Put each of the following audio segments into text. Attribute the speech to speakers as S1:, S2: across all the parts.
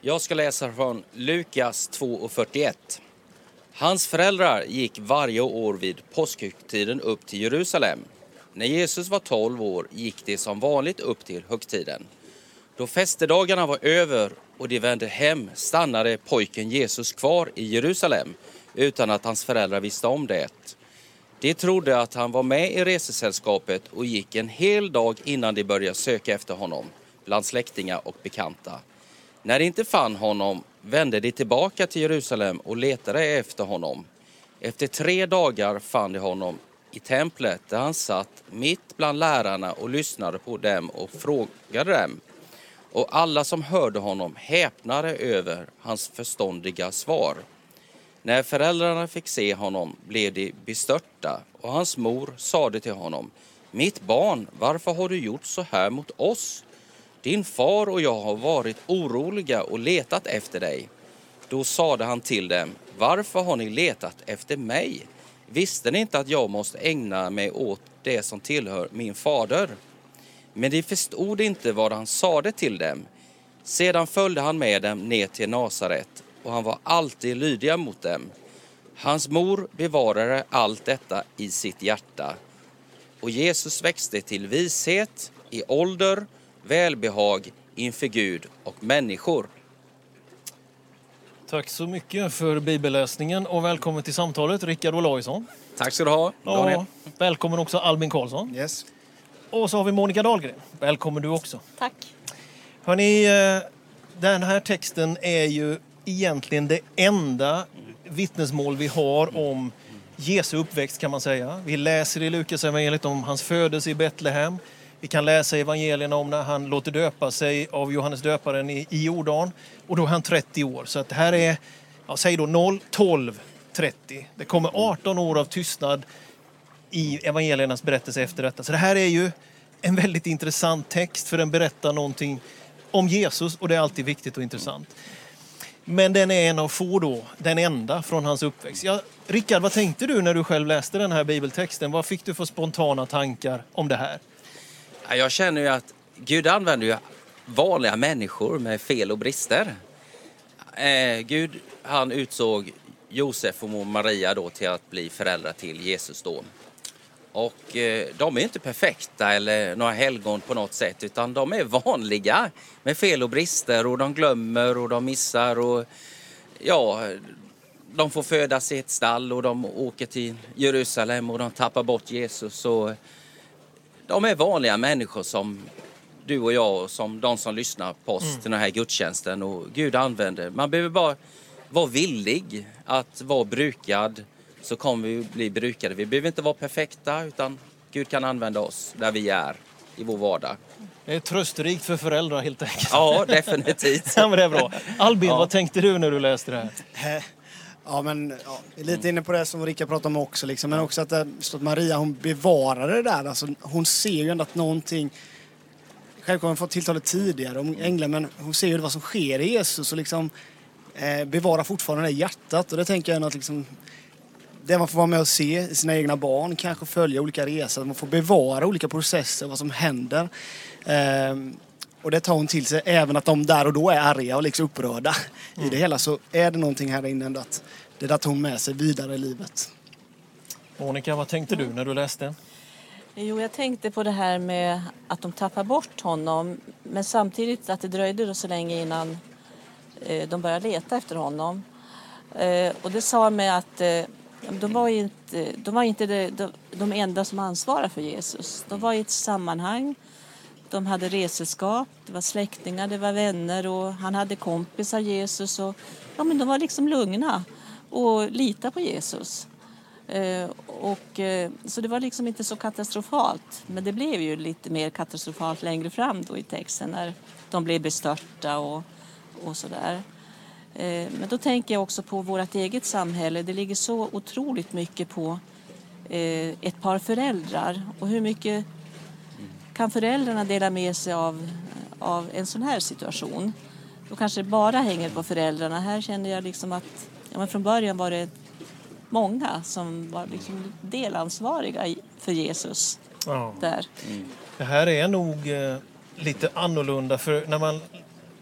S1: Jag ska läsa från Lukas 2:41. Hans föräldrar gick varje år vid påskhögtiden upp till Jerusalem. När Jesus var 12 år gick de som vanligt upp till högtiden. Då festedagarna var över och de vände hem stannade pojken Jesus kvar i Jerusalem utan att hans föräldrar visste om det. De trodde att han var med i resesällskapet och gick en hel dag innan de började söka efter honom bland släktingar och bekanta. När de inte fann honom vände de tillbaka till Jerusalem och letade efter honom. Efter 3 dagar fann de honom i templet där han satt mitt bland lärarna och lyssnade på dem och frågade dem. Och alla som hörde honom häpnade över hans förståndiga svar. När föräldrarna fick se honom blev de bestörta och hans mor sade till honom: Mitt barn, varför har du gjort så här mot oss? Din far och jag har varit oroliga och letat efter dig. Då sade han till dem: Varför har ni letat efter mig? Visste ni inte att jag måste ägna mig åt det som tillhör min fader? Men de förstod inte vad han sade till dem. Sedan följde han med dem ner till Nasaret och han var alltid lydig mot dem. Hans mor bevarade allt detta i sitt hjärta. Och Jesus växte till vishet, i ålder, välbehag inför Gud och människor.
S2: Tack så mycket för bibelläsningen och välkommen till samtalet, Rickard Olausson.
S1: Tack ska du ha, Daniel.
S2: Ja, välkommen också Albin Karlsson.
S3: Yes.
S2: Och så har vi Monica Dahlgren. Välkommen du också.
S4: Tack.
S2: Hörrni, den här texten är ju egentligen det enda vittnesmål vi har om Jesu uppväxt, kan man säga. Vi läser i Lukas evangeliet om hans födelse i Betlehem. Vi kan läsa evangelierna om när han låter döpa sig av Johannes döparen i Jordan. Och då är han 30 år. Så att det här är, säg då 0, 12, 30. Det kommer 18 år av tystnad i evangeliernas berättelse efter detta. Så det här är ju en väldigt intressant text, för den berättar någonting om Jesus och det är alltid viktigt och intressant. Men den är en av få då, den enda från hans uppväxt. Ja, Rickard, vad tänkte du när du själv läste den här bibeltexten? Vad fick du för spontana tankar om det här?
S1: Jag känner ju att Gud använder ju vanliga människor med fel och brister. Gud, han utsåg Josef och Maria då till att bli föräldrar till Jesus då. Och de är inte perfekta eller några helgon på något sätt, utan de är vanliga med fel och brister, och de glömmer och de missar, och ja, de får födas i ett stall och de åker till Jerusalem och de tappar bort Jesus. Och de är vanliga människor som du och jag och som de som lyssnar på oss till den här gudstjänsten, och Gud använder. Man behöver bara vara villig att vara brukad, så kommer vi bli brukade. Vi behöver inte vara perfekta, utan Gud kan använda oss där vi är i vår vardag.
S2: Det är trösterikt för föräldrar helt enkelt.
S1: Ja, definitivt.
S2: Ja, men det är bra. Albin, vad tänkte du när du läste det här?
S3: Lite inne på det som Rickard pratade om också. Liksom. Men också att Maria, hon bevarade det där. Alltså, hon ser ju ändå att någonting... Självklart har hon fått tilltalet tidigare om ängeln, men hon ser ju vad som sker i Jesus och liksom bevarar fortfarande det hjärtat. Och det tänker jag ändå att liksom... Det man får vara med och se i sina egna barn, kanske följa olika resor, man får bevara olika processer, vad som händer. Och det tar hon till sig, även att de där och då är arga och liksom upprörda i det hela, så är det någonting här inne ändå att det där tar hon med sig vidare i livet.
S2: Monica, vad tänkte du när du läste?
S4: Jo, jag tänkte på det här med att de tappar bort honom, men samtidigt att det dröjde då så länge innan de började leta efter honom. Och det sa mig att de var inte de enda som ansvarade för Jesus. De var i ett sammanhang. De hade reselskap, det var släktingar, det var vänner, och han hade kompisar Jesus. Och, men de var liksom lugna och lita på Jesus. Så det var liksom inte så katastrofalt. Men det blev ju lite mer katastrofalt längre fram då i texten, när de blev bestörta och sådär. Men då tänker jag också på vårt eget samhälle. Det ligger så otroligt mycket på ett par föräldrar. Och hur mycket kan föräldrarna dela med sig av en sån här situation? Då kanske det bara hänger på föräldrarna. Här känner jag liksom att men från början var det många som var liksom delansvariga för Jesus.
S2: Ja.
S4: Där.
S2: Det här är nog lite annorlunda, för när man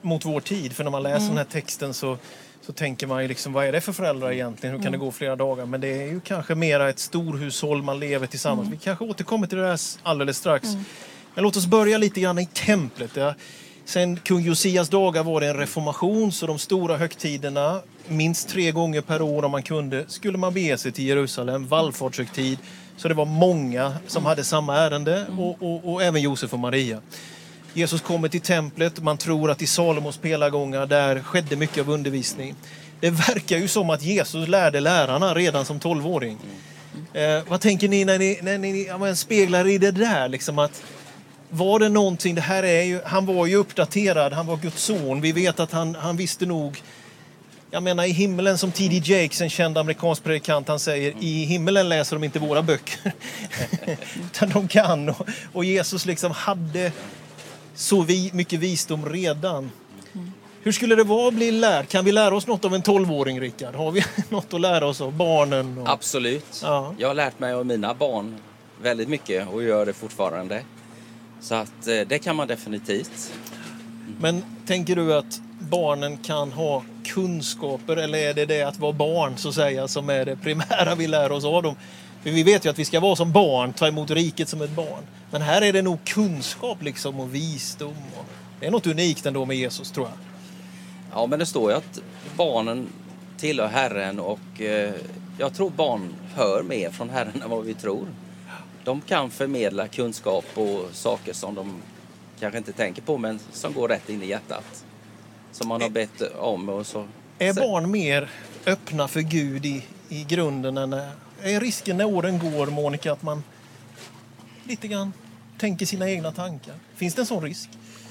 S2: mot vår tid. För när man läser den här texten så tänker man ju liksom, vad är det för föräldrar egentligen? Hur kan det gå flera dagar? Men det är ju kanske mera ett storhushåll, man lever tillsammans. Vi kanske återkommer till det här alldeles strax. Men låt oss börja lite grann i templet. Ja. Sen kung Josias dagar var det en reformation, så de stora högtiderna, minst 3 gånger per år om man kunde, skulle man bege sig till Jerusalem, vallfartshögtid. Så det var många som hade samma ärende och även Josef och Maria. Jesus kommer till templet, man tror att i Salomos pelargångar där skedde mycket av undervisning. Det verkar ju som att Jesus lärde lärarna redan som 12-åring. Vad tänker ni när ni speglar i det där? Liksom att, var det någonting, det här är ju, han var ju uppdaterad, han var Guds son. Vi vet att han visste nog, jag menar i himmelen, som T.D. Jakes, en känd amerikansk predikant, han säger, i himmelen läser de inte våra böcker. Utan de kan. Och Jesus liksom hade så mycket visdom redan. Hur skulle det vara att bli lärd? Kan vi lära oss något av en 12-åring, Rickard? Har vi något att lära oss av barnen?
S1: Absolut.
S2: Ja.
S1: Jag har lärt mig av mina barn väldigt mycket och gör det fortfarande. Så att det kan man definitivt.
S2: Men tänker du att barnen kan ha kunskaper, eller är det att vara barn så att säga som är det primära vi lär oss av dem? För vi vet ju att vi ska vara som barn, ta emot riket som ett barn. Men här är det nog kunskap liksom och visdom. Det är något unikt ändå med Jesus, tror jag.
S1: Ja, men det står ju att barnen tillhör Herren och jag tror barn hör mer från Herren än vad vi tror. De kan förmedla kunskap och saker som de kanske inte tänker på men som går rätt in i hjärtat. Som man har bett om. Och så.
S2: Är barn mer öppna för Gud i grunden? Är risken när åren går, Monica, att man lite grann tänker sina egna tankar? Finns det en sån risk?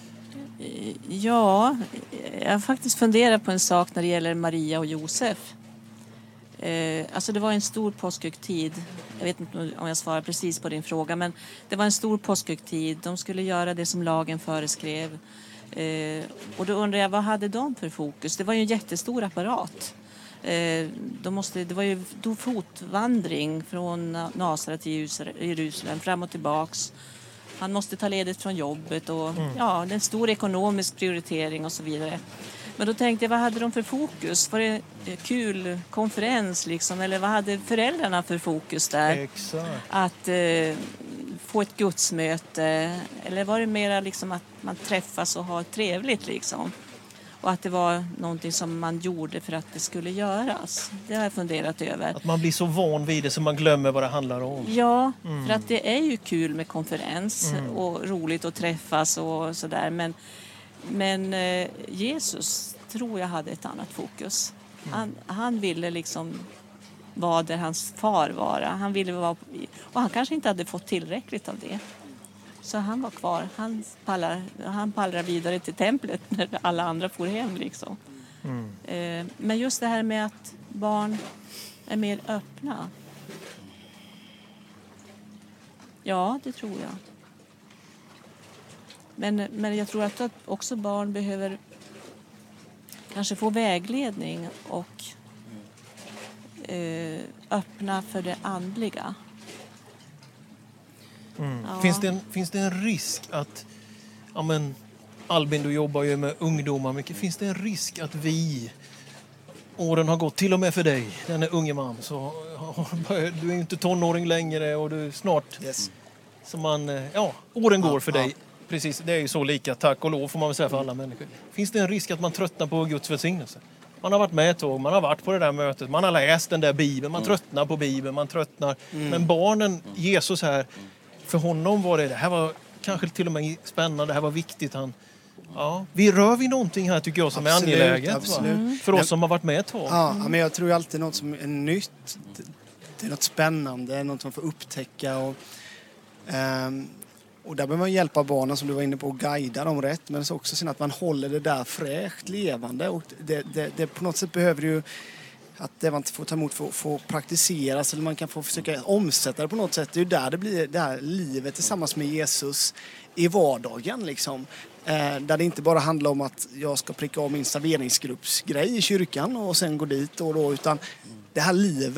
S4: Ja, jag har faktiskt funderat på en sak när det gäller Maria och Josef. Alltså det var en stor påskhögtid. Jag vet inte om jag svarar precis på din fråga, men det var en stor påskhögtid. De skulle göra det som lagen föreskrev. Och då undrar jag, vad hade de för fokus? Det var ju en jättestor apparat. Det var ju fotvandring från Nasaret till Jerusalem, fram och tillbaks. Han måste ta ledigt från jobbet och det är en stor ekonomisk prioritering och så vidare. Men då tänkte jag, vad hade de för fokus? Var det kul konferens liksom? Eller vad hade föräldrarna för fokus där?
S2: Exakt.
S4: Att få ett gudsmöte? Eller var det mera liksom att man träffas och har trevligt liksom? Och att det var någonting som man gjorde för att det skulle göras. Det har jag funderat över. Att
S2: man blir så van vid det så man glömmer vad det handlar om.
S4: Ja, för att det är ju kul med konferens och roligt att träffas och sådär. Men Jesus tror jag hade ett annat fokus. Han ville liksom vara där hans far var. Han ville vara, och han kanske inte hade fått tillräckligt av det. Så han var kvar. Han pallrar vidare till templet när alla andra får hem liksom. Men just det här med att barn är mer öppna. Ja, det tror jag. Men jag tror att också barn behöver kanske få vägledning och öppna för det andliga. Ja.
S2: Finns det en risk att, Albin, du jobbar ju med ungdomar mycket, finns det en risk att åren har gått, till och med för dig, den är unge man, så du är ju inte tonåring längre och du är snart, åren går för dig. Precis, det är ju så lika, tack och lov får man väl säga för alla människor. Finns det en risk att man tröttnar på Guds välsignelse? Man har varit med ett tåg, man har varit på det där mötet, man har läst den där Bibeln, man tröttnar på Bibeln, man tröttnar. Men barnen, Jesus här, för honom var det här var kanske till och med spännande, det här var viktigt. Vi rör vid någonting här tycker jag som är angeläget. För oss som har varit med ett tåg.
S3: Ja, men jag tror alltid något som är nytt, det är något spännande, något som får upptäcka och där behöver man hjälpa barnen som du var inne på och guida dem rätt, men så också sen att man håller det där fräscht, levande, och det på något sätt behöver ju att det man inte får ta emot får praktiseras, eller man kan få försöka omsätta det på något sätt. Det är ju där det blir det här livet tillsammans med Jesus i vardagen liksom. Där det inte bara handlar om att jag ska pricka av min serveringsgruppsgrej i kyrkan och sen gå dit och då, utan det här livet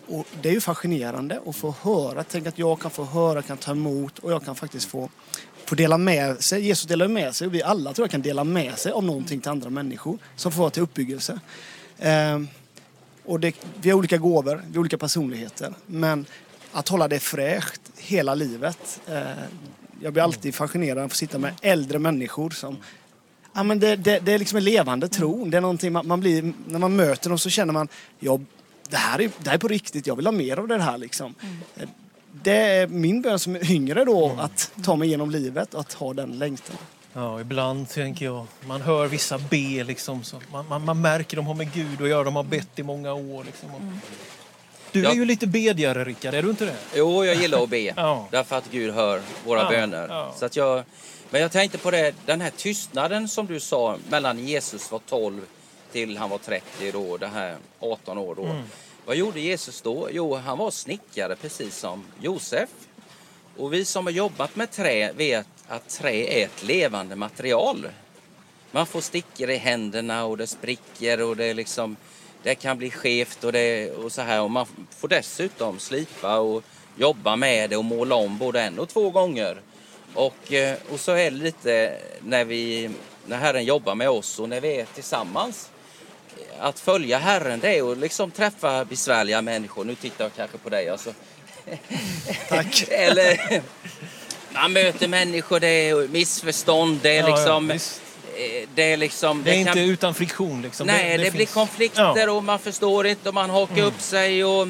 S3: Och det är ju fascinerande att få höra. Tänk att jag kan få höra, kan ta emot och jag kan faktiskt få dela med sig. Jesus delar med sig och vi alla tror jag kan dela med sig av någonting till andra människor som får vara till uppbyggelse. Och vi har olika gåvor, vi har olika personligheter. Men att hålla det fräscht hela livet. Jag blir alltid fascinerad av att få sitta med äldre människor som... Ja, men det är liksom en levande tro. Det är någonting man blir... När man möter dem så känner man... Det här är på riktigt, jag vill ha mer av det här liksom. Det är min bön som är yngre då, att ta mig igenom livet och att ha den längtan.
S2: Ja, ibland tänker jag, man hör vissa be liksom, så man märker de har med Gud och gör, de har bett i många år liksom. Du är ju lite bedjare, Rickard, är du inte det?
S1: Jo, jag gillar att be.
S2: Ja.
S1: Därför att Gud hör våra böner.
S2: Ja.
S1: Så att men jag tänkte på det, den här tystnaden som du sa mellan Jesus var 12 till han var 30 då, det här 18 år då. Vad gjorde Jesus då? Jo, han var snickare precis som Josef. Och vi som har jobbat med trä vet att trä är ett levande material. Man får stickor i händerna och det spricker och det liksom... Det kan bli skevt och så här. Och man får dessutom slipa och jobba med det och måla om både 1 och 2 gånger. Och så är det lite när Herren jobbar med oss och när vi är tillsammans. Att följa Herren, det är att liksom träffa besvärliga människor. Nu tittar jag kanske på dig. Alltså.
S3: Tack.
S1: Eller man möter människor, det är missförstånd. Det är liksom...
S2: Det är inte utan friktion liksom.
S1: Nej, det blir konflikter och man förstår inte och man hakar upp sig och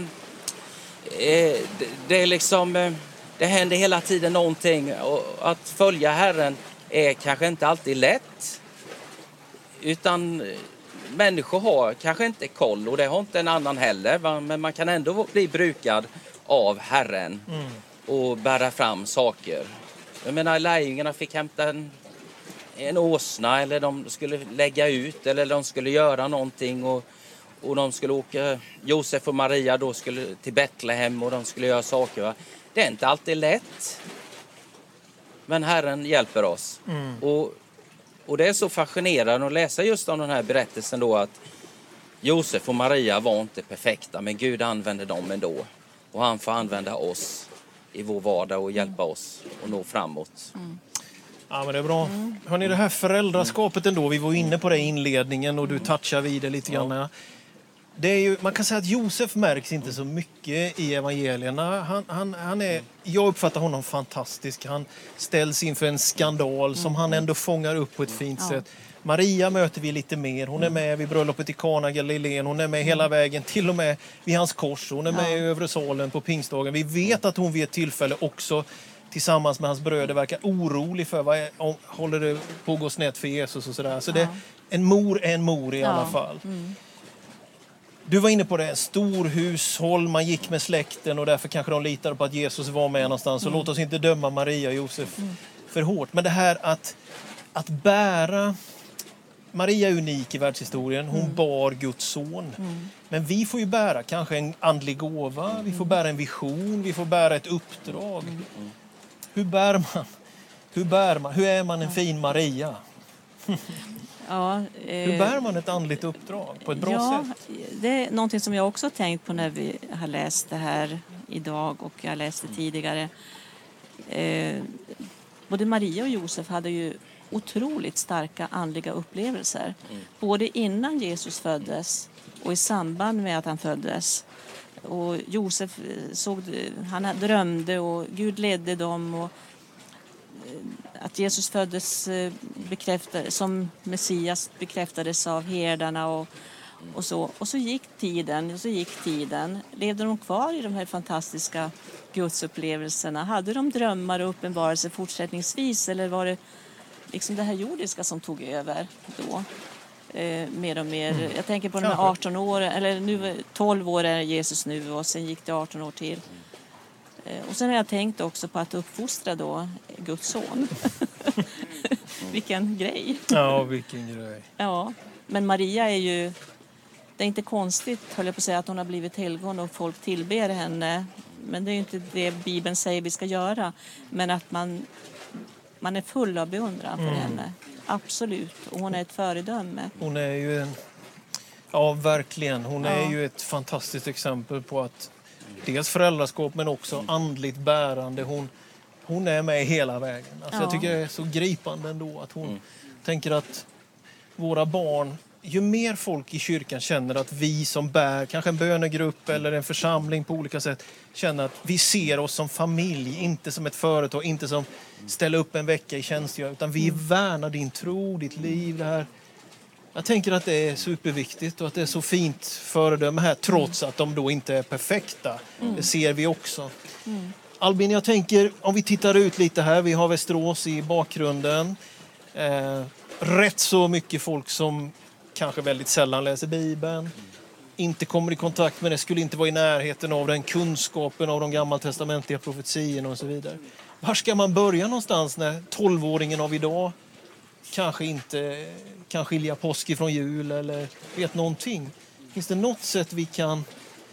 S1: det är liksom det händer hela tiden någonting och att följa Herren är kanske inte alltid lätt, utan människor har kanske inte koll och det har inte en annan heller, va? Men man kan ändå bli brukad av Herren och bära fram saker. Jag menar, lärjungarna fick hämta en åsna eller de skulle lägga ut eller de skulle göra någonting och de skulle åka, Josef och Maria då skulle till Betlehem och de skulle göra saker. Va? Det är inte alltid lätt, men Herren hjälper oss. Och det är så fascinerande att läsa just om den här berättelsen då, att Josef och Maria var inte perfekta, men Gud använde dem ändå och han får använda oss i vår vardag och hjälpa oss att nå framåt.
S2: Ja, men det är bra. Hörrni, det här föräldraskapet ändå, vi var inne på det i inledningen och du touchar vid det lite grann. Det är ju, man kan säga att Josef märks inte så mycket i evangelierna. Jag uppfattar honom fantastisk. Han ställs inför en skandal som han ändå fångar upp på ett fint sätt. Maria möter vi lite mer. Hon är med vid bröllopet i Kana Galileen. Hon är med hela vägen, till och med vid hans kors. Hon är med i övre salen på pingstdagen. Vi vet att hon vid ett tillfälle också tillsammans med hans bröder verkar orolig för håller det på att gå snett för Jesus och sådär. Så en mor är en mor i alla fall. Du var inne på det, stor hushåll, man gick med släkten och därför kanske de litade på att Jesus var med någonstans. Så låt oss inte döma Maria och Josef för hårt. Men det här att bära... Maria är unik i världshistorien, hon bar Guds son. Men vi får ju bära kanske en andlig gåva, vi får bära en vision, vi får bära ett uppdrag. Hur bär man? Hur är man en fin Maria? Hur bär man ett andligt uppdrag på ett bra sätt?
S4: Det är någonting som jag också har tänkt på när vi har läst det här idag och jag läste tidigare. Både Maria och Josef hade ju otroligt starka andliga upplevelser. Både innan Jesus föddes och i samband med att han föddes. Och Josef han drömde och Gud ledde dem och att Jesus föddes som Messias bekräftades av herdarna och så. Och så gick tiden. Levde de kvar i de här fantastiska gudsupplevelserna? Hade de drömmar och uppenbarelser fortsättningsvis eller var det liksom det här jordiska som tog över då? Mer och mer. Jag tänker på de här 18 åren, eller nu 12 år är Jesus nu och sen gick det 18 år till. Och sen har jag tänkt också på att uppfostra då Guds son. Vilken grej.
S2: Ja, vilken grej.
S4: Ja, men Maria är ju, det är inte konstigt höll jag på att säga att hon har blivit helgon och folk tillber henne. Men det är ju inte det Bibeln säger vi ska göra. Men att man är full av beundran för henne. Absolut. Och hon är ett föredöme.
S2: Hon är ju ja, verkligen. Hon är ju ett fantastiskt exempel på att dels föräldraskap men också andligt bärande. Hon är med hela vägen. Alltså jag tycker det är så gripande ändå att hon tänker att våra barn, ju mer folk i kyrkan känner att vi som bär, kanske en bönegrupp eller en församling på olika sätt, känner att vi ser oss som familj, inte som ett företag, inte som ställa upp en vecka i tjänstgöring, utan vi värnar din tro, ditt liv, det här. Jag tänker att det är superviktigt och att det är så fint föredöme här, trots att de då inte är perfekta. Det ser vi också. Albin, jag tänker, om vi tittar ut lite här, vi har Västerås i bakgrunden. Rätt så mycket folk som kanske väldigt sällan läser Bibeln, inte kommer i kontakt med det, skulle inte vara i närheten av den kunskapen av de gammaltestamentliga profetierna och så vidare. Var ska man börja någonstans när 12-åringen av idag kanske inte kan skilja påsk från jul eller vet någonting? Finns det något sätt vi kan...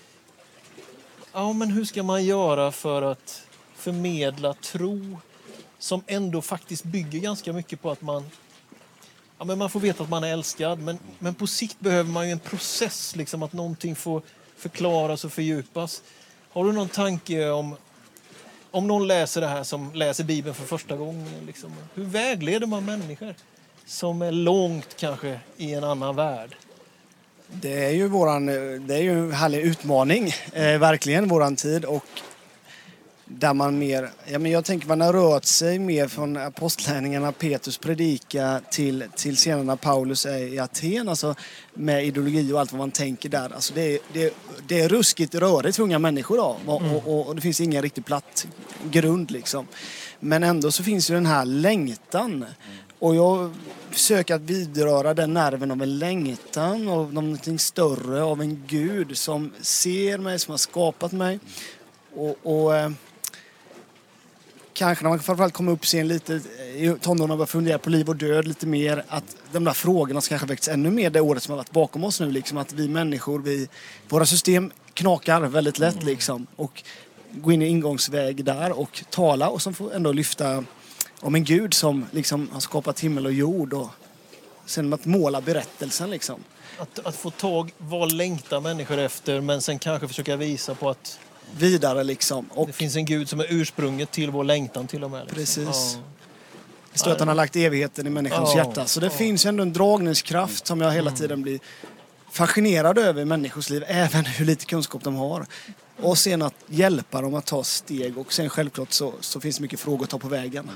S2: Ja, men hur ska man göra för att förmedla tro som ändå faktiskt bygger ganska mycket på att man... Ja, men man får veta att man är älskad, men på sikt behöver man ju en process, liksom, att någonting får förklaras och fördjupas. Har du någon tanke om någon läser det här som läser Bibeln för första gången? Liksom, hur vägleder man människor som är långt kanske i en annan värld?
S3: Det är ju en härlig utmaning, verkligen, våran tid. Och där man mer, jag tänker man har rört sig mer från apostlärningarna Petrus predika till senare Paulus är i Aten, alltså med ideologi och allt vad man tänker där. Alltså det är ruskigt rörigt för unga människor då, och det finns ingen riktigt platt grund liksom. Men ändå så finns ju den här längtan. Och jag försöker att vidröra den nerven av en längtan, av någonting större, av en Gud som ser mig, som har skapat mig. Och kanske när man framförallt kommer upp sen lite i tonåren och börjar fundera på liv och död lite mer, att de där frågorna ska kanske väcks ännu mer det året som har varit bakom oss nu. Liksom, att vi människor, våra system knakar väldigt lätt liksom. Och gå in i ingångsväg där och tala och som får ändå lyfta om en Gud som liksom har skapat himmel och jord och sen att måla berättelsen liksom.
S2: Att få tag vad längtar människor efter, men sen kanske försöka visa på att
S3: vidare liksom. Och
S2: det finns en Gud som är ursprunget till vår längtan till och med. Liksom.
S3: Precis. Ja. Det står att han har lagt evigheten i människans hjärta. Så det finns ändå en dragningskraft som jag hela tiden blir fascinerad över i människors liv, även hur lite kunskap de har. Och sen att hjälpa dem att ta steg. Och sen självklart så finns det mycket frågor att ta på vägen.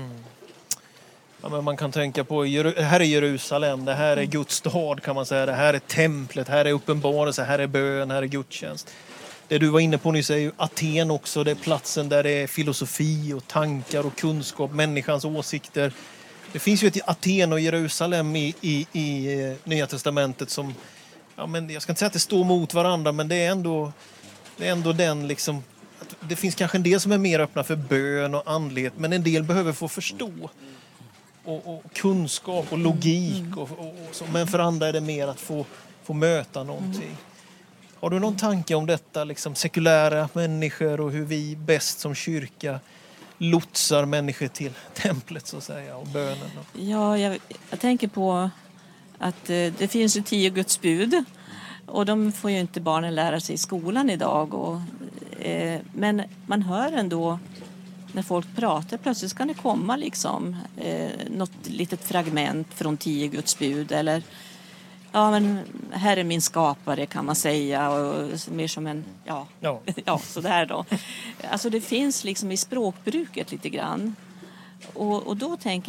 S2: Ja, men man kan tänka på, här är Jerusalem, det här är Guds stad kan man säga. Det här är templet, här är uppenbarelse, här är bön, här är gudstjänst. Det du var inne på nyss är ju Aten också. Det är platsen där det är filosofi och tankar och kunskap, människans åsikter. Det finns ju ett Aten och Jerusalem i Nya testamentet som, ja, men jag ska inte säga att det står mot varandra, men det är ändå den liksom, att det finns kanske en del som är mer öppna för bön och andlighet, men en del behöver få förstå och kunskap och logik och så. Men för andra är det mer att få möta någonting. Har du någon tanke om detta, liksom sekulära människor och hur vi bäst som kyrka lotsar människor till templet så att säga och bönen?
S4: Ja, jag tänker på att det finns ju 10 Guds bud och de får ju inte barnen lära sig i skolan idag. Men man hör ändå när folk pratar, plötsligt kan det komma liksom, något litet fragment från 10 Guds bud eller ja, men här är min skapare kan man säga och mer som en, ja sådär då. Alltså det finns liksom i språkbruket lite grann. Och då tänker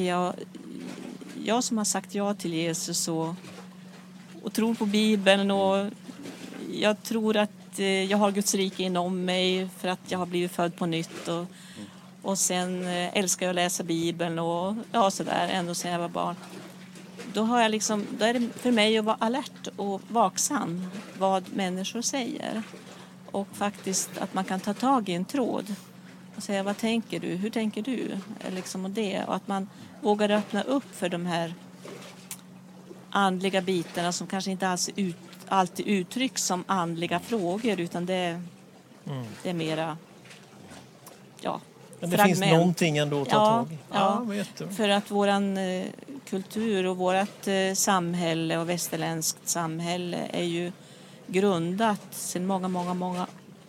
S4: jag som har sagt ja till Jesus och tror på Bibeln och jag tror att jag har Guds rike inom mig för att jag har blivit född på nytt och sen älskar jag att läsa Bibeln och ja sådär, ändå sen jag var barn. Då är det för mig att vara alert och vaksam vad människor säger. Och faktiskt att man kan ta tag i en tråd och säga vad tänker du, hur tänker du? Liksom, och att man vågar öppna upp för de här andliga bitarna som kanske inte alls alltid uttrycks som andliga frågor utan det är mera
S2: men det
S4: fragment.
S2: finns någonting ändå att ta tag i.
S4: Ja, för att våran kultur och vårt samhälle och västerländskt samhälle är ju grundat sedan många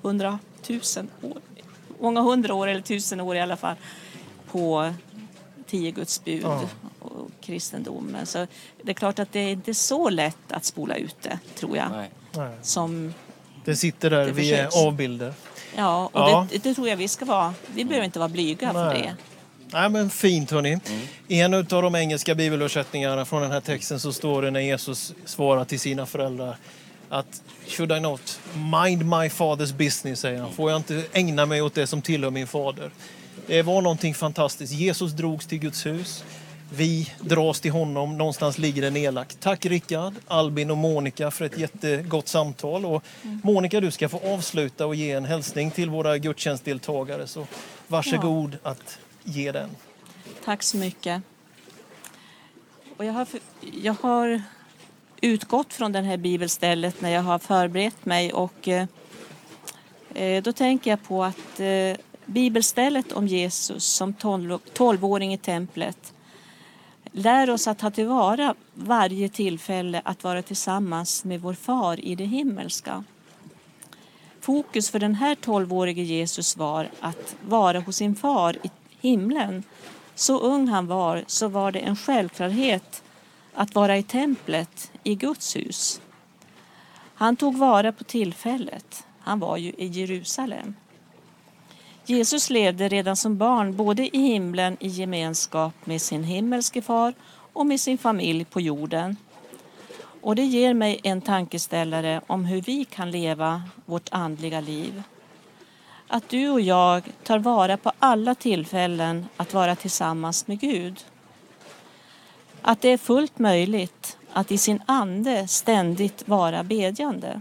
S4: 100 000 år, många 100 år eller 1000 år i alla fall, på 10 Guds bud och kristendomen. Så det är klart att det är inte så lätt att spola ut det, tror jag.
S1: Nej.
S4: Som
S2: Det sitter där,
S4: det
S2: vi är
S4: försöks.
S2: avbilder.
S4: Ja, och det tror jag vi ska vara. Vi behöver inte vara blyga för
S2: Nej.
S4: det.
S2: Nej, men fint hörni. I en av de engelska bibelöversättningarna från den här texten så står det när Jesus svarar till sina föräldrar att should I not mind my father's business, säger han. Får jag inte ägna mig åt det som tillhör min fader? Det var någonting fantastiskt. Jesus drogs till Guds hus. Vi dras till honom. Någonstans ligger det nedlagt. Tack Rickard, Albin och Monica för ett jättegott samtal. Och Monica, du ska få avsluta och ge en hälsning till våra gudstjänstdeltagare. Så varsågod att ge den.
S4: Tack så mycket. Och jag har utgått från det här bibelstället när jag har förberett mig. Och då tänker jag på att bibelstället om Jesus som 12-åring i templet lär oss att ta tillvara varje tillfälle att vara tillsammans med vår far i det himmelska. Fokus för den här 12-årige Jesus var att vara hos sin far i himlen. Så ung han var, så var det en självklarhet att vara i templet i Guds hus. Han tog vara på tillfället. Han var ju i Jerusalem. Jesus levde redan som barn både i himlen i gemenskap med sin himmelske far och med sin familj på jorden. Och det ger mig en tankeställare om hur vi kan leva vårt andliga liv. Att du och jag tar vara på alla tillfällen att vara tillsammans med Gud. Att det är fullt möjligt att i sin ande ständigt vara bedjande.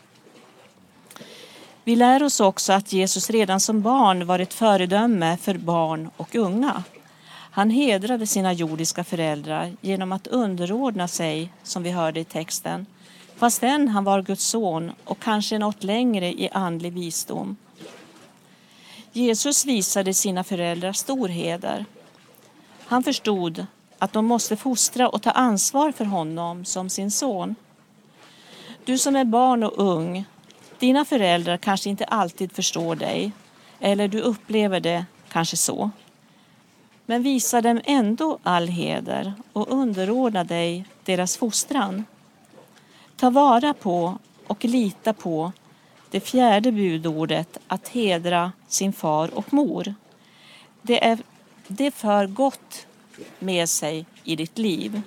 S4: Vi lär oss också att Jesus redan som barn var ett föredöme för barn och unga. Han hedrade sina jordiska föräldrar genom att underordna sig, som vi hörde i texten, fastän han var Guds son och kanske något längre i andlig visdom. Jesus visade sina föräldrar stor heder. Han förstod att de måste fostra och ta ansvar för honom som sin son. Du som är barn och ung, dina föräldrar kanske inte alltid förstår dig, eller du upplever det kanske så. Men visa dem ändå all heder och underordna dig deras fostran. Ta vara på och lita på det 4:e budordet att hedra sin far och mor. Det för gott med sig i ditt liv.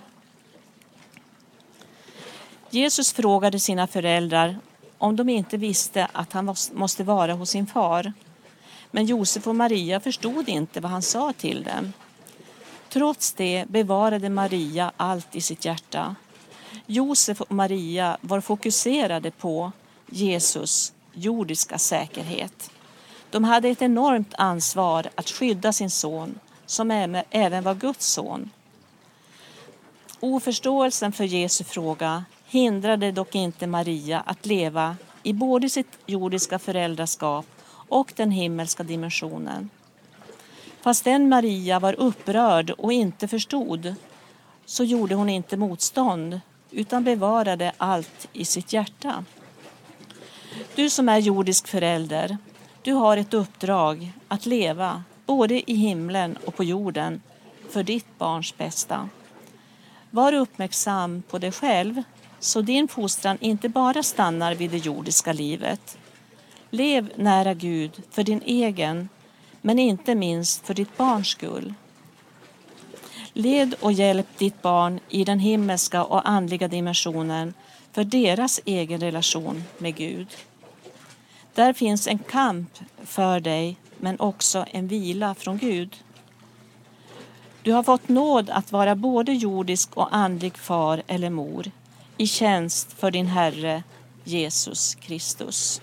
S4: Jesus frågade sina föräldrar om de inte visste att han måste vara hos sin far. Men Josef och Maria förstod inte vad han sa till dem. Trots det bevarade Maria allt i sitt hjärta. Josef och Maria var fokuserade på Jesus jordiska säkerhet. De hade ett enormt ansvar att skydda sin son, som även var Guds son. Oförståelsen för Jesu fråga hindrade dock inte Maria att leva i både sitt jordiska föräldraskap och den himmelska dimensionen. Fast den Maria var upprörd och inte förstod, så gjorde hon inte motstånd utan bevarade allt i sitt hjärta. Du som är jordisk förälder, du har ett uppdrag att leva både i himlen och på jorden för ditt barns bästa. Var uppmärksam på dig själv så din fostran inte bara stannar vid det jordiska livet. Lev nära Gud för din egen, men inte minst för ditt barns skull. Led och hjälp ditt barn i den himmelska och andliga dimensionen för deras egen relation med Gud. Där finns en kamp för dig, men också en vila från Gud. Du har fått nåd att vara både jordisk och andlig far eller mor i tjänst för din Herre Jesus Kristus.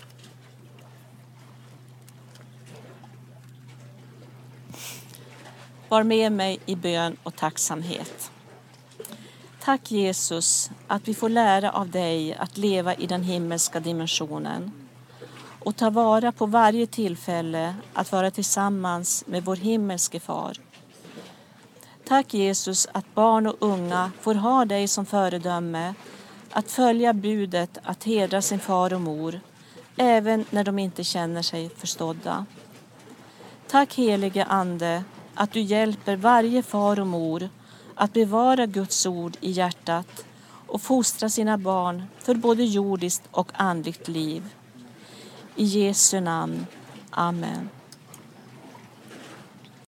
S4: Var med mig i bön och tacksamhet. Tack Jesus att vi får lära av dig att leva i den himmelska dimensionen och ta vara på varje tillfälle att vara tillsammans med vår himmelske far. Tack Jesus att barn och unga får ha dig som föredöme, att följa budet att hedra sin far och mor, även när de inte känner sig förstådda. Tack helige Ande att du hjälper varje far och mor att bevara Guds ord i hjärtat och fostra sina barn för både jordiskt och andligt liv. I Jesu namn. Amen.